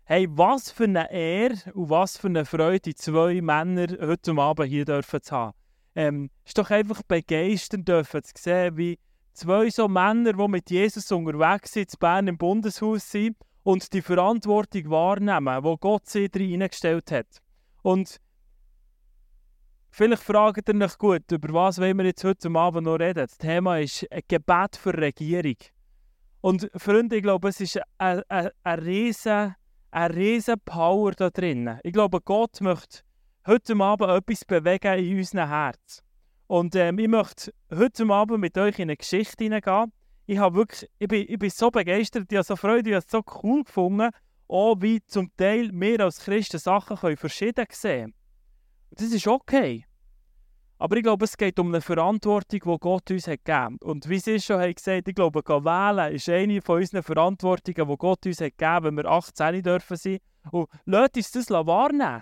Hey, was für eine Ehre und was für eine Freude, die zwei Männer heute Abend hier dürfen zu haben. Ist doch einfach begeisternd dürfen zu sehen, wie zwei so Männer, die mit Jesus unterwegs sind, in Bern im Bundeshaus sind und die Verantwortung wahrnehmen, die Gott sie reingestellt hat. Und vielleicht fragt ihr euch gut, über was wollen wir jetzt heute Abend noch reden. Das Thema ist ein Gebet für Regierung. Und Freunde, ich glaube, es ist eine riesen Power da drin. Ich glaube, Gott möchte heute Abend etwas bewegen in unserem Herz. Und ich möchte heute Abend mit euch in eine Geschichte hineingehen. Ich bin so begeistert, ich habe so Freude, ich habe es so cool gefunden, auch wie zum Teil wir als Christen Sachen verschieden sehen können. Das ist okay. Aber ich glaube, es geht um eine Verantwortung, die Gott uns hat gegeben hat. Und wie sie schon gesagt haben, ich glaube, wählen ist eine von unseren Verantwortungen, die Gott uns hat gegeben hat, wenn wir 18 dürfen sein. Und lasst uns das wahrnehmen.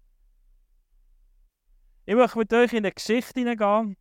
Ich möchte mit euch in eine Geschichte hineingehen.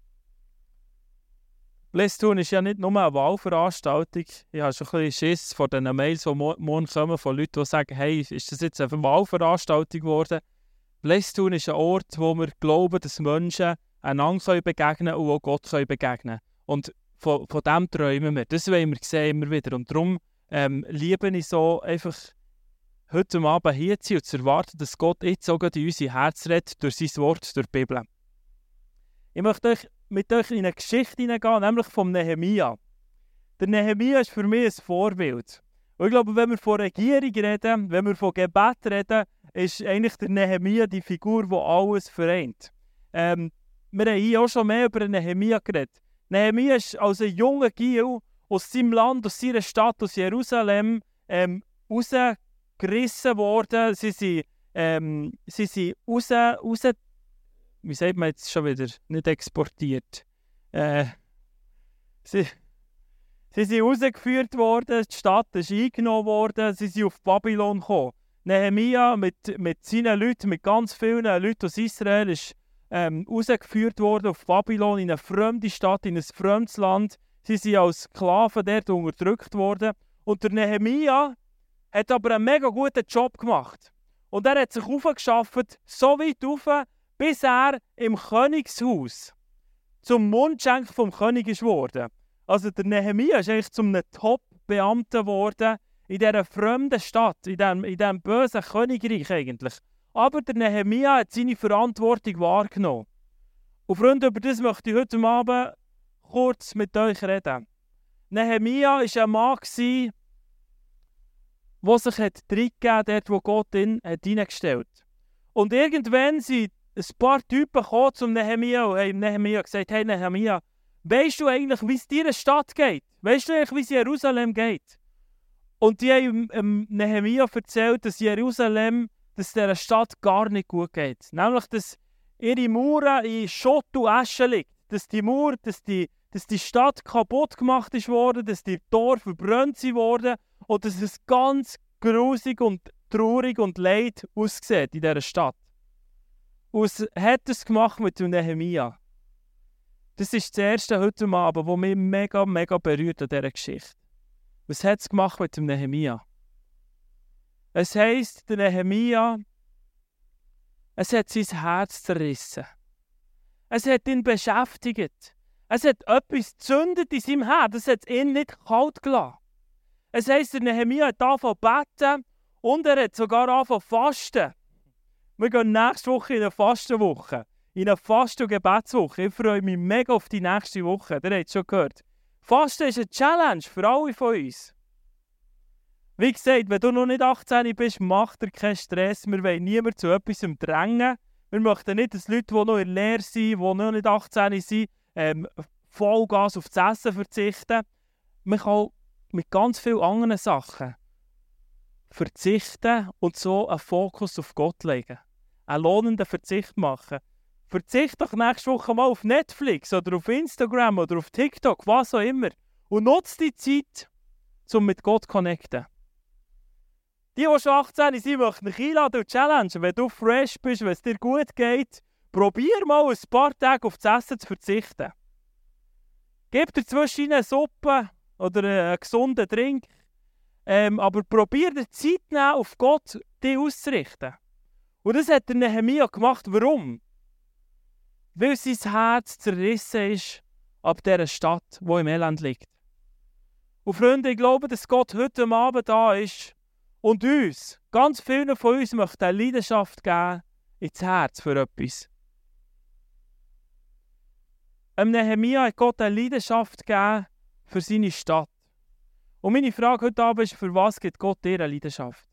Blästun ist ja nicht nur eine Wahlveranstaltung. Ich habe schon ein bisschen Schiss vor den Mails, die morgen kommen, von Leuten, die sagen, hey, ist das jetzt eine Wahlveranstaltung geworden? Blästun ist ein Ort, wo wir glauben, dass Menschen einander begegnen können und auch Gott begegnen können. Und von dem träumen wir. Das wollen wir sehen immer wieder. Und darum liebe ich so, einfach heute Abend hier zu sein und zu erwarten, dass Gott jetzt sogar in unser Herz redet, durch sein Wort, durch die Bibel. Ich möchte mit euch in eine Geschichte hineingehen, nämlich vom Nehemia. Der Nehemia ist für mich ein Vorbild. Und ich glaube, wenn wir von Regierung reden, wenn wir von Gebet reden, ist eigentlich der Nehemia die Figur, die alles vereint. Wir haben hier auch schon mehr über den Nehemia geredet. Nehemia ist als ein junger Giel aus seinem Land, aus seiner Stadt, aus Jerusalem, rausgerissen worden. Sie sind raus, wie sagt man jetzt schon wieder, nicht exportiert. Sie sind rausgeführt worden, die Stadt ist eingenommen worden, sie sind auf Babylon gekommen. Nehemia mit seinen Leuten, mit ganz vielen Leuten aus Israel, ist rausgeführt worden auf Babylon, in eine fremde Stadt, in ein fremdes Land. Sie sind als Sklaven dort unterdrückt worden. Und der Nehemia hat aber einen mega guten Job gemacht. Und er hat sich aufgeschafft, so weit rauf, bis er im Königshaus zum Mundschenk vom König ist geworden. Also der Nehemia ist eigentlich zum Top-Beamten geworden in dieser fremden Stadt, in diesem bösen Königreich eigentlich. Aber der Nehemia hat seine Verantwortung wahrgenommen. Und Freunde, über das möchte ich heute Abend kurz mit euch reden. Nehemia war ein Mann, der sich reingegeben dort, wo Gott ihn hineingestellt hat. Und irgendwann sind ein paar Typen gekommen zum Nehemia und haben Nehemia gesagt, hey Nehemia, weisst du eigentlich, wie es deiner Stadt geht? Weisst du eigentlich, wie es Jerusalem geht? Und die haben Nehemia erzählt, dass dieser Stadt gar nicht gut geht. Nämlich, dass ihre Mauer in Schutt und Asche liegt. Dass die Stadt kaputt gemacht ist worden, dass die Tore verbrannt wurden und dass es ganz grusig und traurig und leid aussieht in dieser Stadt. Und was hat es gemacht mit dem Nehemia? Das ist das Erste heute Abend, das mich mega berührt an dieser Geschichte. Was hat es gemacht mit dem Nehemia? Es heisst, der Nehemia, es hat sein Herz zerrissen. Es hat ihn beschäftigt. Es hat etwas gezündet in seinem Herz. Es hat ihn nicht kalt gelassen. Es heisst, der Nehemia hat angefangen zu beten und er hat sogar angefangen zu fasten. Wir gehen nächste Woche in eine Fastenwoche. In eine Fasten- und Gebetswoche. Ich freue mich mega auf die nächste Woche. Ihr habt es schon gehört. Fasten ist eine Challenge für alle von uns. Wie gesagt, wenn du noch nicht 18 bist, mach dir keinen Stress. Wir wollen niemanden zu etwas drängen. Wir möchten nicht, dass Leute, die noch in der Lehre sind, die noch nicht 18 sind, Vollgas auf das Essen verzichten. Man kann mit ganz vielen anderen Sachen verzichten und so einen Fokus auf Gott legen. Einen lohnenden Verzicht machen. Verzicht doch nächste Woche mal auf Netflix oder auf Instagram oder auf TikTok, was auch immer. Und nutze die Zeit, um mit Gott zu connecten. Die schon 18 sind, möchten dich einladen und challengen. Wenn du fresh bist, wenn es dir gut geht, probier mal ein paar Tage auf das Essen zu verzichten. Gib dir zwischen eine Suppe oder einen gesunden Drink. aber probier dir Zeit nehmen, auf Gott dich auszurichten. Und das hat der Nehemia gemacht. Warum? Weil sein Herz zerrissen ist ab dieser Stadt, die im Elend liegt. Und Freunde, ich glaube, dass Gott heute Abend da ist und uns, ganz vielen von uns, möchte eine Leidenschaft geben ins Herz für etwas. Nehemia hat Gott eine Leidenschaft gegeben für seine Stadt. Und meine Frage heute Abend ist, für was gibt Gott dir eine Leidenschaft?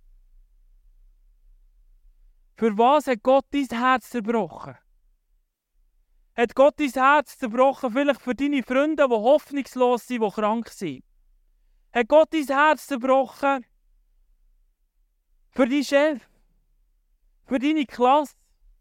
Für was hat Gott dein Herz zerbrochen? Hat Gott dein Herz zerbrochen, vielleicht für deine Freunde, die hoffnungslos sind, die krank sind? Hat Gott dein Herz zerbrochen für deinen Chef? Für deine Klasse?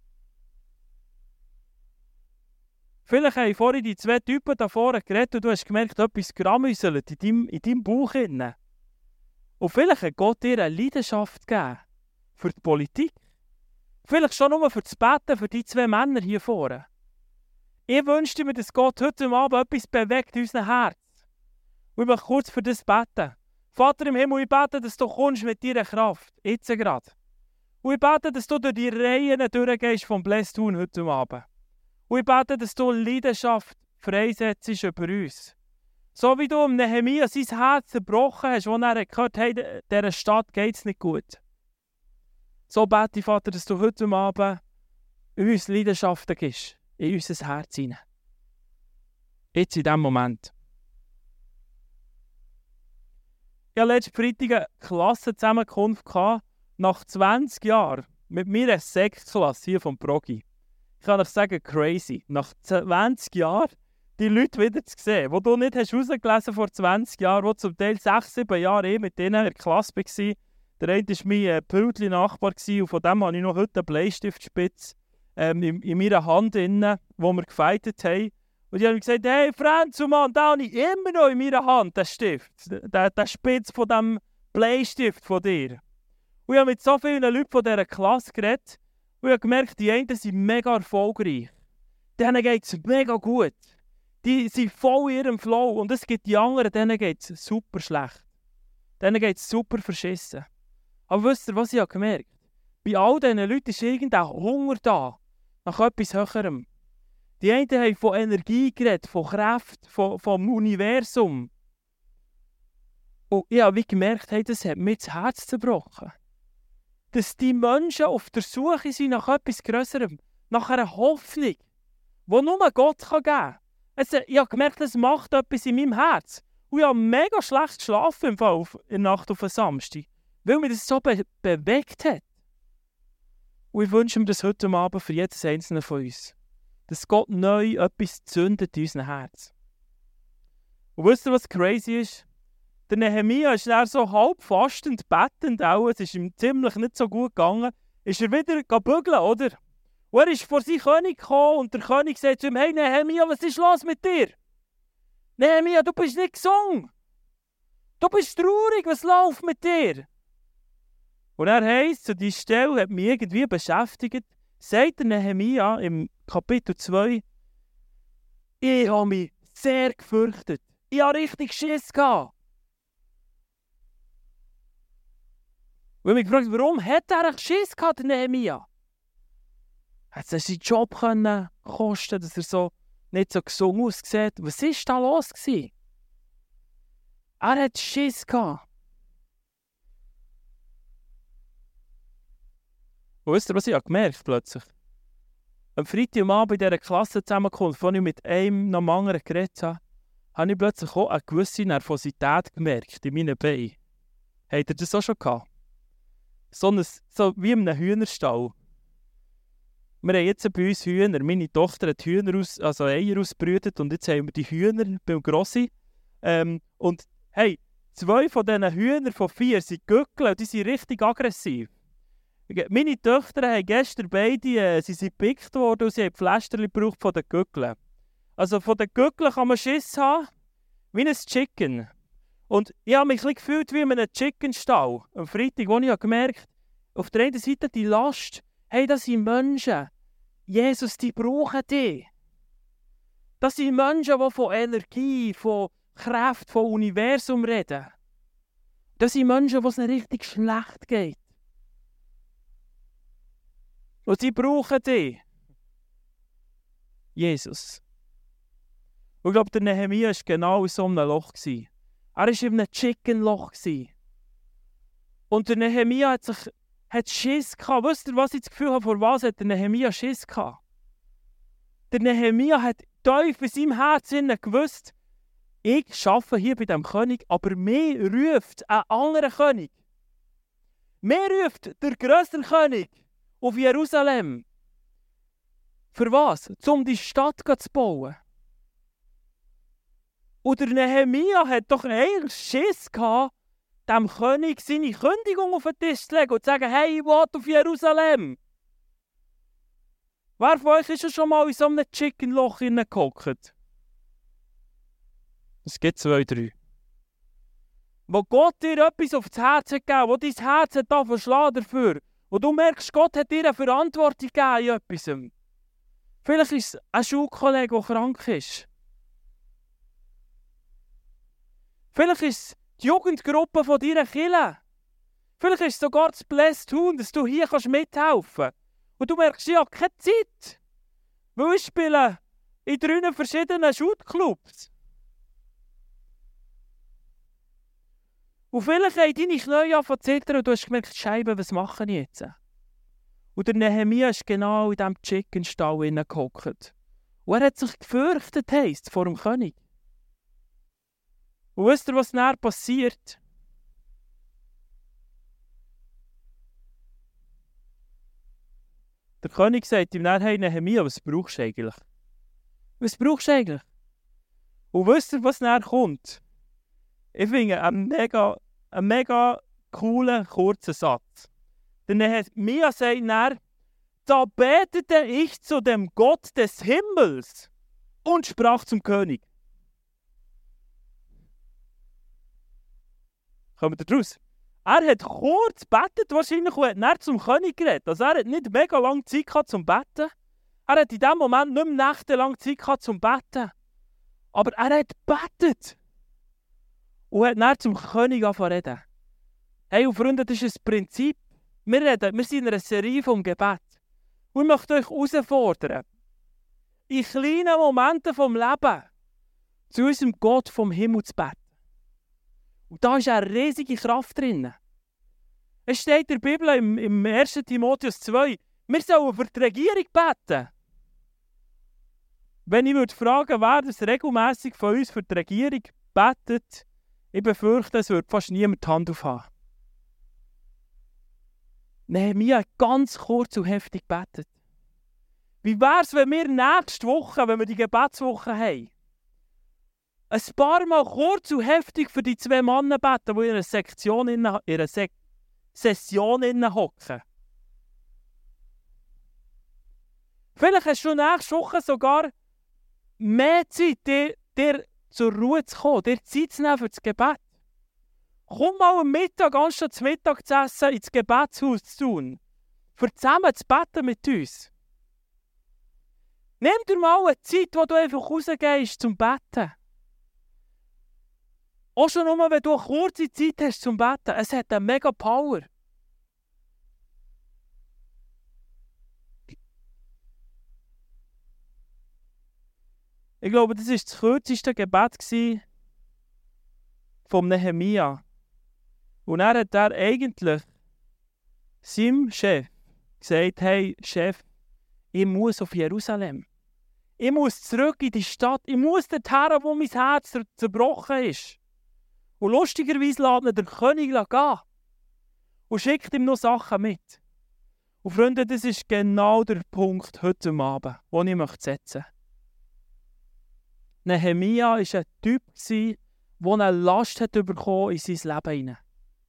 Vielleicht haben vorhin die zwei Typen da vorne geredet und du hast gemerkt, etwas gramüselt in deinem Bauch. Und vielleicht hat Gott dir eine Leidenschaft gegeben für die Politik. Vielleicht schon nur für das Beten für die zwei Männer hier vorne. Ich wünschte mir, dass Gott heute Abend etwas bewegt in unserem Herz. Und ich möchte kurz für das beten. Vater im Himmel, ich bete, dass du kommst mit deiner Kraft, jetzt gerade. Und ich bete, dass du durch die Reihen durchgehst vom Blästun heute Abend. Und ich bete, dass du Leidenschaft freisetzt über uns. So wie du im Nehemia sein Herz zerbrochen hast, als er gehört hat, hey, dieser Stadt geht es nicht gut. So bete ich, Vater, dass du heute Abend uns Leidenschaften gibst, in unser Herz hinein. Jetzt in diesem Moment. Ich hatte letzten Freitag eine Klassenzusammenkunft nach 20 Jahren mit meiner Sektklasse hier vom Progi. Ich kann euch sagen, crazy. Nach 20 Jahren die Leute wieder zu sehen, die du nicht hast rausgelesen vor 20 Jahren, die zum Teil 6, 7 Jahre mit denen in der Klasse war. Der eine war mein Pültli-Nachbar und von dem habe ich noch heute einen Bleistiftspitz in meiner Hand, wo wir gefeitet haben. Und ich habe gesagt, hey Franz, Mann, da habe ich immer noch in meiner Hand den Stift, den Spitz von diesem Bleistift von dir. Und ich habe mit so vielen Leuten von dieser Klasse geredet und ich habe gemerkt, die einen sind mega erfolgreich. Denen geht es mega gut. Die sind voll in ihrem Flow. Und es gibt die anderen, denen geht es super schlecht. Denen geht es super verschissen. Aber wisst ihr, was ich habe gemerkt? Bei all diesen Leuten ist irgendein Hunger da, nach etwas Höherem. Die einen haben von Energie geredet, von Kraft, vom Universum. Und ich habe gemerkt, hey, das hat mir das Herz zerbrochen. Dass die Menschen auf der Suche sind nach etwas Größerem, nach einer Hoffnung, die nur Gott geben kann. Ich habe gemerkt, es macht etwas in meinem Herz. Und ich habe mega schlecht geschlafen in der Nacht auf den Samstag, weil mich das so bewegt hat. Und ich wünsche mir das heute Abend für jedes einzelne von uns. Dass Gott neu etwas zündet in unserem Herz. Und wisst ihr, was crazy ist? Der Nehemia ist dann so halb fastend, bettend auch, es ist ihm ziemlich nicht so gut gegangen, ist er wieder bügeln, oder? Und er ist vor seinen König gekommen und der König sagt zu ihm, hey Nehemia, was ist los mit dir? Nehemia, du bist nicht gesungen. Du bist traurig, was läuft mit dir? Und er heisst, so die Stelle hat mich irgendwie beschäftigt, sagt der Nehemia im Kapitel 2, ich habe mich sehr gefürchtet. Ich habe richtig Schiss gehabt. Und ich habe mich gefragt, warum hat er eigentlich Schiss gehabt, der Nehemia? Hat er seinen Job können kosten, dass er so nicht so gesungen aussieht? Was war da los gewesen? Er hat Schiss gehabt. Und wisst ihr, was ich gemerkt plötzlich? Am Freitagabend in dieser Klassenzusammenkunft, als ich mit einem nach dem anderen geredet habe, habe ich plötzlich auch eine gewisse Nervosität gemerkt in meinen Beinen. Habt ihr das auch schon gehabt? So wie in einem Hühnerstall. Wir haben jetzt bei uns Hühner. Meine Tochter hat Eier ausgebrütet und jetzt haben wir die Hühner beim Grossi. Und hey, 2 von diesen Hühnern von 4 sind Gückel und die sind richtig aggressiv. Meine Töchter haben gestern beide, sie sind gepickt worden und sie haben Pflasterchen gebraucht von den Gückeln. Also von den Gückeln kann man Schiss haben, wie ein Chicken. Und ich habe mich ein bisschen gefühlt wie in einem Chicken-Stall. Am Freitag, wo ich gemerkt habe, auf der einen Seite die Last, hey, das sind Menschen. Jesus, die brauchen dich. Das sind Menschen, die von Energie, von Kraft, von Universum reden. Das sind Menschen, denen es richtig schlecht geht. Und sie brauchen dich. Jesus. Und ich glaube, der Nehemia war genau in so einem Loch. Er war in einem Chicken-Loch. Und der Nehemia hat Schiss gehabt. Wisst ihr, was ich das Gefühl habe, vor was hat der Nehemia Schiss gehabt? Der Nehemia hat tief in seinem Herzen gewusst, ich arbeite hier bei diesem König, aber mir ruft ein anderer König. Mir ruft der grössere König auf Jerusalem. Für was? Um die Stadt zu bauen. Und der Nehemia hat doch eigentlich Schiss gehabt, dem König seine Kündigung auf den Tisch zu legen und zu sagen, hey, ich will auf Jerusalem. Wer von euch ist schon mal in so einem Chicken-Loch hineingehockt? Es gibt 2, 3. Wo Gott dir etwas aufs Herz hat gegeben, wo dein Herz hat verschlagen dafür, und du merkst, Gott hat dir eine Verantwortung gegeben in etwas. Vielleicht ist es ein Schulkollege, der krank ist. Vielleicht ist es die Jugendgruppe von deiner Kirche. Vielleicht ist es sogar das Blessed Huhn, dass du hier mithelfen kannst. Und du merkst, ich habe keine Zeit. Weil ich spiele in 3 verschiedenen Shootclubs. Und vielleicht haben deine Knie angefangen zu zittern und du hast gemerkt, Scheibe, was mache ich jetzt? Und der Nehemia ist genau in diesem Chicken-Stall hineingehockt. Und er hat sich gefürchtet, heisst, vor dem König. Und wisst ihr, was dann passiert? Der König sagt ihm dann, hey Nehemia, was brauchst du eigentlich? Was brauchst du eigentlich? Und wisst ihr, was dann kommt? Ich finde einen mega coolen, kurzen Satz. Der Nehemia sagt dann, da betete ich zu dem Gott des Himmels und sprach zum König. Kommen wir daraus? Er hat kurz gebetet, wahrscheinlich, und hat dann zum König geredet. Also er hat nicht mega lange Zeit gehabt zum Betten. Er hat in dem Moment nicht mehr nächtelang Zeit gehabt zum Betten. Aber er hat gebetet. Und hat dann zum König angefangen zu reden. Hey, und Freunde, das ist ein Prinzip. Wir sind in einer Serie vom Gebet. Und ich möchte euch herausfordern, in kleinen Momenten vom Leben zu unserem Gott vom Himmel zu beten. Und da ist eine riesige Kraft drin. Es steht in der Bibel im 1. Timotheus 2, wir sollen für die Regierung beten. Wenn ich fragen würde, wer das regelmässig von uns für die Regierung betet, ich befürchte, es würde fast niemand die Hand aufhaben. Nehemia hat ganz kurz und heftig gebetet. Wie wäre es, wenn wir nächste Woche, wenn wir die Gebetswoche haben, ein paar Mal kurz und heftig für die 2 Männer beten, die in einer Session hocken. Vielleicht hast du nächste Woche sogar mehr Zeit, dir zur Ruhe zu kommen, dir Zeit zu nehmen für das Gebet. Komm mal am Mittag, anstatt zum Mittag zu essen, ins Gebetshaus zu tun. Für zusammen zu beten mit uns. Nimm dir mal eine Zeit, wo du einfach rausgehst zum Beten. Auch schon nur, wenn du eine kurze Zeit hast zum Beten. Es hat eine mega Power. Ich glaube, das war das kürzeste Gebet vom Nehemia. Und er hat eigentlich seinem Chef gesagt, hey Chef, ich muss auf Jerusalem. Ich muss zurück in die Stadt. Ich muss dorthin, wo mein Herz zerbrochen ist. Und lustigerweise lässt ihn der König gehen. Und schickt ihm noch Sachen mit. Und Freunde, das ist genau der Punkt heute Abend, den ich setzen möchte. Nehemia war ein Typ, der eine Last bekommen in sein Leben hinein.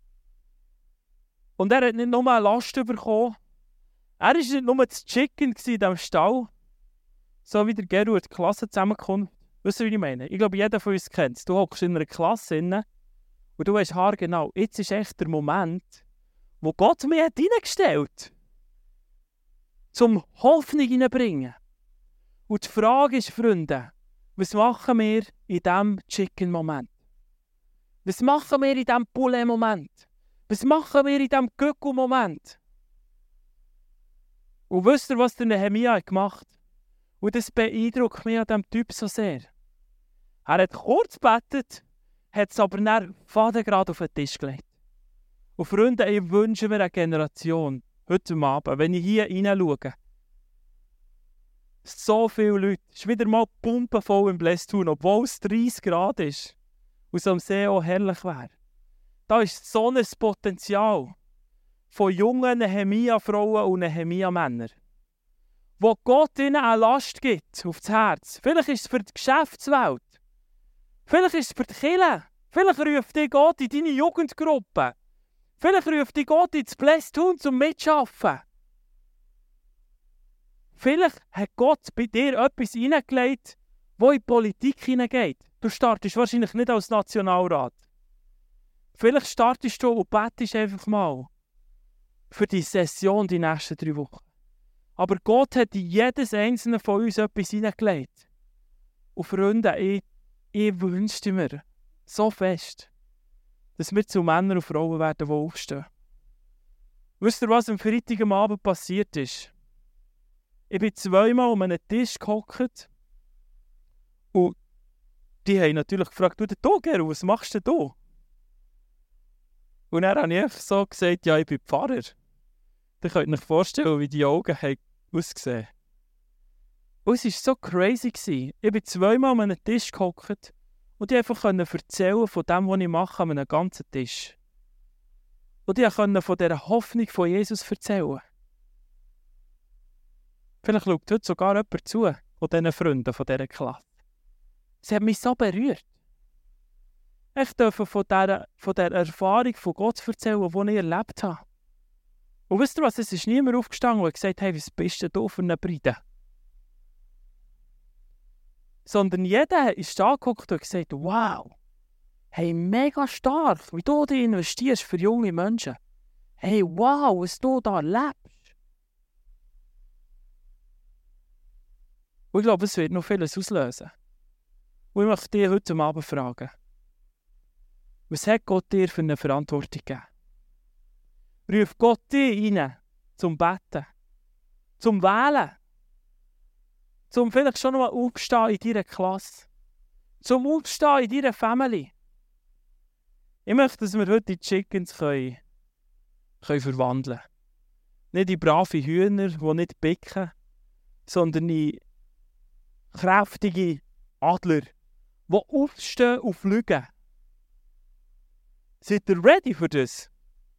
Und er hat nicht nur eine Last bekommen, er war nicht nur das Chicken in diesem Stall, so wie der Gerhard die Klasse zusammenkommt. Wisst ihr, wie ich meine? Ich glaube, jeder von uns kennt es. Du hockst in einer Klasse inne und du weißt haargenau, jetzt ist echt der Moment, wo Gott mich hineingestellt hat, zum Hoffnung hineinbringen. Und die Frage ist, Freunde, was machen wir in diesem Chicken-Moment? Was machen wir in diesem Poulet-Moment? Was machen wir in diesem Göckel-Moment? Und wisst ihr, was der Nehemia hat gemacht? Und das beeindruckt mich an diesem Typ so sehr. Er hat kurz gebetet, hat es aber dann fadengrad auf den Tisch gelegt. Und Freunde, ich wünsche mir eine Generation, heute Abend, wenn ich hier hineinschaue, so viele Leute, es ist wieder mal pumpenvoll im Blästun, obwohl es 30 Grad ist und es am See auch herrlich wäre. Da ist so ein Potenzial von jungen Nehemia-Frauen und Nehemia-Männern, wo Gott ihnen eine Last gibt aufs Herz. Vielleicht ist es für die Geschäftswelt, vielleicht ist es für die Kirche, vielleicht ruft dich Gott in deine Jugendgruppe, vielleicht ruft dich Gott ins Blästun zum Mitschaffen. Vielleicht hat Gott bei dir etwas hineingelegt, das in die Politik hineingeht. Du startest wahrscheinlich nicht als Nationalrat. Vielleicht startest du und betest einfach mal für die Session die nächsten 3 Wochen. Aber Gott hat in jedes einzelne von uns etwas hineingelegt. Und Freunde, ich wünschte mir so fest, dass wir zu Männern und Frauen werden, die aufstehen. Wisst ihr, was am Freitag am Abend passiert ist? Ich bin 2-mal um einen Tisch gehockt und die haben natürlich gefragt, du Gero, was machst du da? Und dann habe ich einfach so gesagt, ja, ich bin Pfarrer. Dann könnt ihr euch vorstellen, wie die Augen haben ausgesehen. Und es war so crazy. Ich bin 2-mal um einen Tisch gehockt und ich konnte einfach erzählen von dem, was ich mache, an einem ganzen Tisch. Und ich konnte von dieser Hoffnung von Jesus erzählen. Vielleicht schaut heute sogar jemand zu, von diesen Freunden von dieser Klasse. Sie hat mich so berührt. Ich durfte von dieser Erfahrung von Gott erzählen, die ich erlebt habe. Und wisst ihr was, es ist niemand aufgestanden und gesagt, hey, was bist denn du für eine Bride? Sondern jeder ist da geguckt und gesagt, wow, hey, mega stark, wie du dich investierst für junge Menschen. Hey, wow, was du da erlebst. Und ich glaube, es wird noch vieles auslösen. Und ich möchte dich heute Abend fragen, was hat Gott dir für eine Verantwortung gegeben? Ruf Gott dich rein zum Beten, zum Wählen, zum vielleicht schon noch mal aufstehen in deiner Klasse, zum Aufstehen in deiner Family. Ich möchte, dass wir heute die Chickens können verwandeln. Nicht in brave Hühner, die nicht picken, sondern in kräftige Adler, die aufstehen und fliegen. Seid ihr ready für das?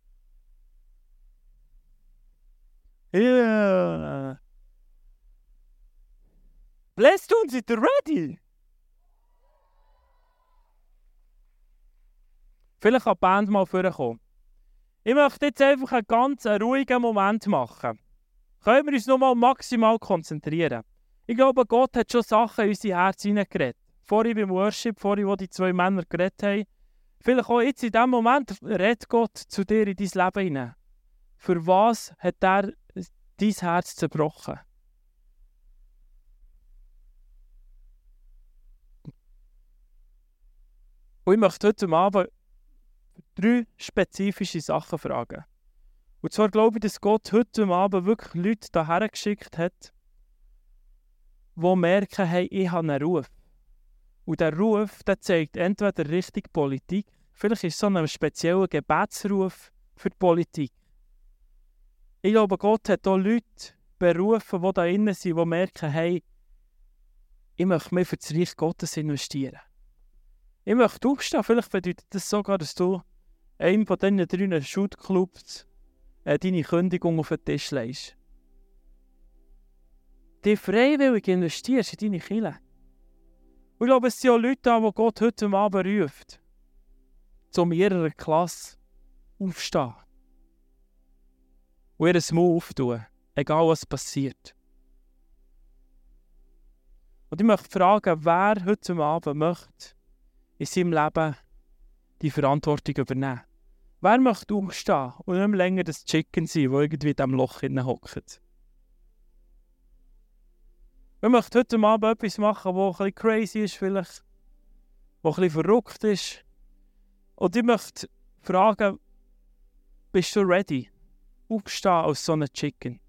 Ja. Blästun, seid ihr ready? Vielleicht kann die Band mal vorkommen. Ich möchte jetzt einfach einen ganz ruhigen Moment machen. Können wir uns noch mal maximal konzentrieren? Ich glaube, Gott hat schon Sachen in unser Herz hineingeredet. Vorhin beim Worship, vorhin, wo die 2 Männer geredet haben. Vielleicht auch jetzt in diesem Moment redet Gott zu dir in dein Leben hinein. Für was hat er dein Herz zerbrochen? Und ich möchte heute Abend 3 spezifische Sachen fragen. Und zwar glaube ich, dass Gott heute Abend wirklich Leute hierher geschickt hat, die merken, hey, ich habe einen Ruf. Und der Ruf, der zeigt entweder Richtung Politik, vielleicht ist es so ein spezieller Gebetsruf für die Politik. Ich glaube, Gott hat auch Leute berufen, die da innen sind, die merken, hey, ich möchte mehr für das Reich Gottes investieren. Ich möchte aufstehen, vielleicht bedeutet das sogar, dass du einem von diesen 3 Shootclubs deine Kündigung auf den Tisch legst. Die freiwillig investierst in deine Kirche. Und ich glaube, es sind auch Leute da, die Gott heute Abend ruft, um in ihrer Klasse aufzustehen. Und ihr Mund auftun, egal was passiert. Und ich möchte fragen, wer heute Abend möchte in seinem Leben die Verantwortung übernehmen. Wer möchte aufstehen und nicht mehr länger das Chicken sein, das irgendwie in diesem Loch hockt? Wir möchten heute Abend etwas machen, das ein bisschen crazy ist vielleicht, das ein bisschen verrückt ist. Und ich möchte fragen, bist du ready, aufzustehen als so ein Chicken?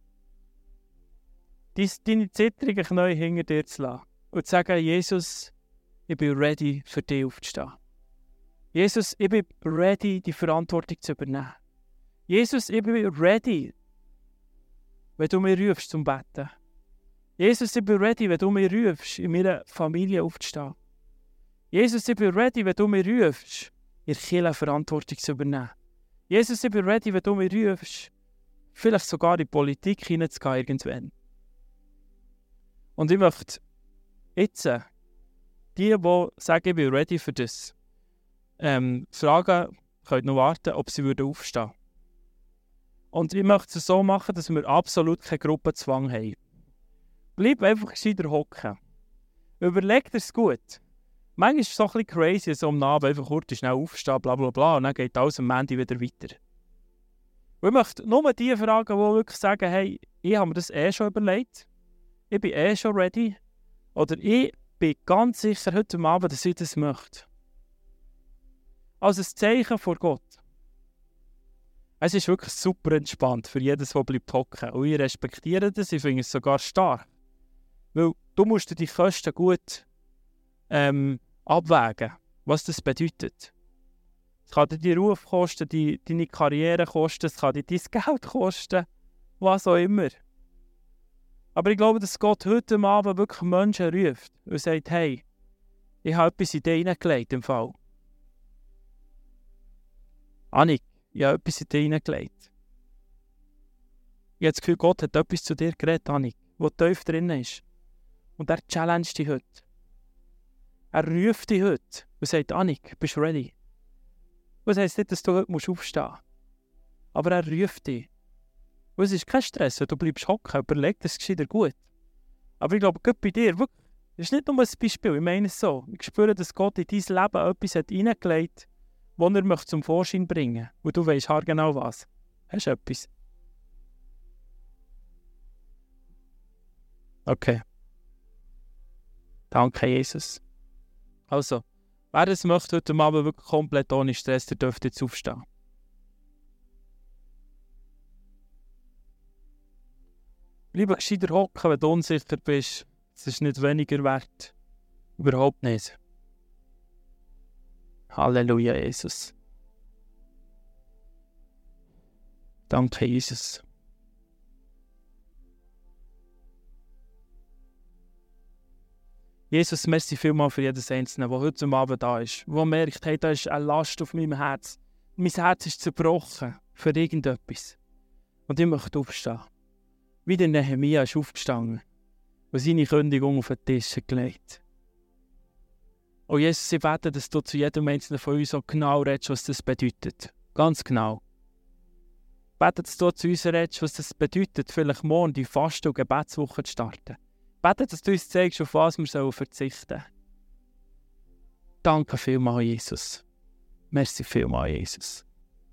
Deine zittrigen Knie hinter dir zu lassen und zu sagen, Jesus, ich bin ready, für dich aufzustehen. Jesus, ich bin ready, die Verantwortung zu übernehmen. Jesus, ich bin ready, wenn du mich rufst zum Betten. Jesus, ich bin ready, wenn du mich rufst, in meiner Familie aufzustehen. Jesus, ich bin ready, wenn du mich rufst, in der Kirche Verantwortung zu übernehmen. Jesus, ich bin ready, wenn du mich rufst, vielleicht sogar in die Politik hineinzugehen irgendwann. Und ich möchte jetzt die sagen, ich bin ready für das, fragen, können noch warten, ob sie aufstehen würden. Und ich möchte es so machen, dass wir absolut keinen Gruppenzwang haben. Bleib einfach gescheiter hocken. Überleg dir es gut. Manchmal ist es so ein bisschen crazy, so am Abend einfach kurz schnell aufstehen, bla bla bla, und dann geht alles am Montag wieder weiter. Und ich möchte nur die fragen, die wirklich sagen, hey, ich habe mir das schon überlegt, ich bin schon ready, oder ich bin ganz sicher heute Abend, dass ich das möchte. Als ein Zeichen vor Gott. Es ist wirklich super entspannt für jedes, der bleibt hocken. Und ich respektiere das, ich finde es sogar stark. Weil du musst dir die Kosten gut abwägen, was das bedeutet. Es kann dir die Ruf kosten, deine Karriere kosten, es kann dir dein Geld kosten, was auch immer. Aber ich glaube, dass Gott heute Abend wirklich Menschen ruft und sagt, hey, ich habe etwas in dich hineingelegt im Fall. Annik, ich habe etwas in dich hineingelegt. Ich habe das Gefühl, Gott hat etwas zu dir geredet, Annik, was tief drin ist. Und er challenged dich heute. Er ruft dich heute und sagt, Annik, bist du ready? Das heisst nicht, dass du heute aufstehen musst. Aber er ruft dich. Und es ist kein Stress, wenn du bleibst hocken, überleg das gescheiter gut. Aber ich glaube, Gott bei dir, wirklich, das ist nicht nur ein Beispiel, ich meine es so. Ich spüre, dass Gott in dein Leben etwas hat hineingelegt, das er möchte zum Vorschein bringen möchte. Und du weisst haargenau was. Hast du etwas? Okay. Danke, Jesus. Also, wer es möchte, heute Abend wirklich komplett ohne Stress, der dürfte jetzt aufstehen. Bleib gescheiter hocken, wenn du unsicher bist. Es ist nicht weniger wert. Überhaupt nicht. Halleluja, Jesus. Danke, Jesus. Jesus, merci vielmals für jedes Einzelne, der heute Abend da ist, der merkt, hey, da ist eine Last auf meinem Herz. Mein Herz ist zerbrochen für irgendetwas. Und ich möchte aufstehen. Wie der Nehemia ist aufgestanden und seine Kündigung auf den Tisch gelegt. Oh Jesus, ich bete, dass du zu jedem Einzelnen von uns so genau redest, was das bedeutet. Ganz genau. Ich bete, dass du zu uns redest, was das bedeutet, vielleicht morgen die Fasten- und Gebetswoche zu starten. Ich bete, dass du uns zeigst, auf was wir verzichten sollen. Danke vielmals, Jesus. Merci vielmals, Jesus.